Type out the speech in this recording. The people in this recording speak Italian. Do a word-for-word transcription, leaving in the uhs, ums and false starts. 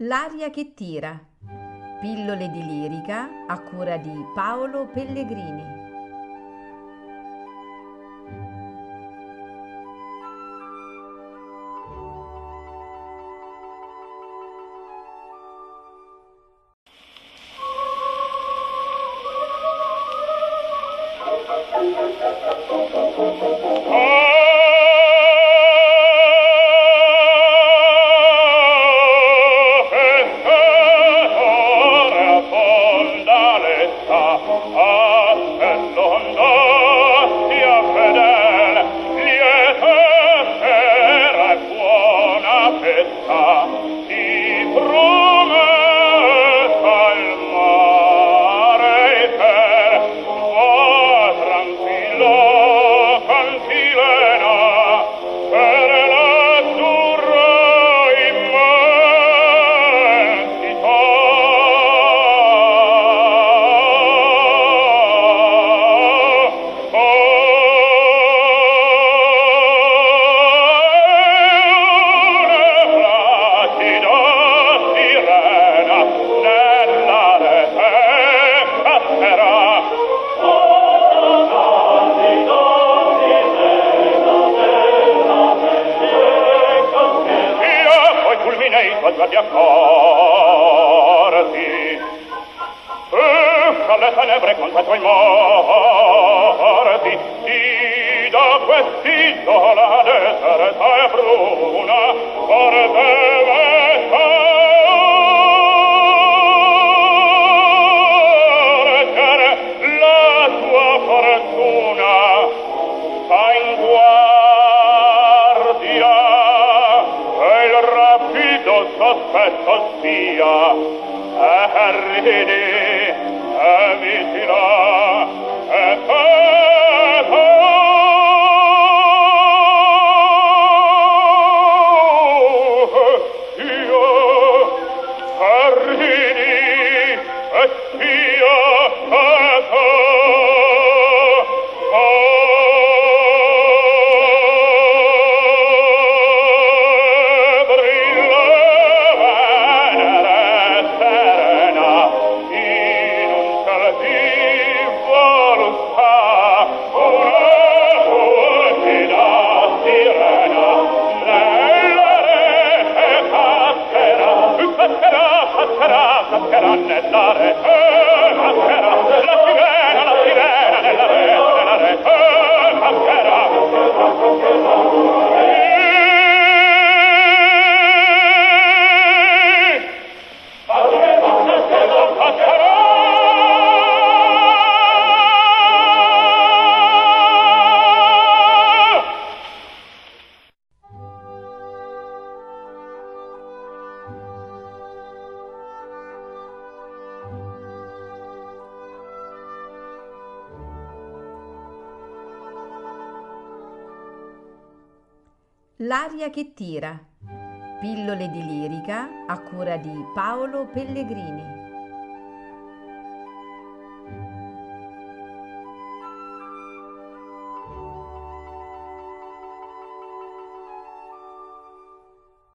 L'aria che tira. Pillole di lirica a cura di Paolo Pellegrini. Guardi accorti e fra le tenebre contatto i morti di da quest'isola deserta e bruna perdeve sorgere la tua fortuna sta in guardia e il rapido sospetto sia e ridi e vigila e feta io e ridi e sia feta cascherà nella rete, cascherà la sirena, la sirena nella rete, nella rete, cascherà. L'aria che tira. Pillole di lirica a cura di Paolo Pellegrini.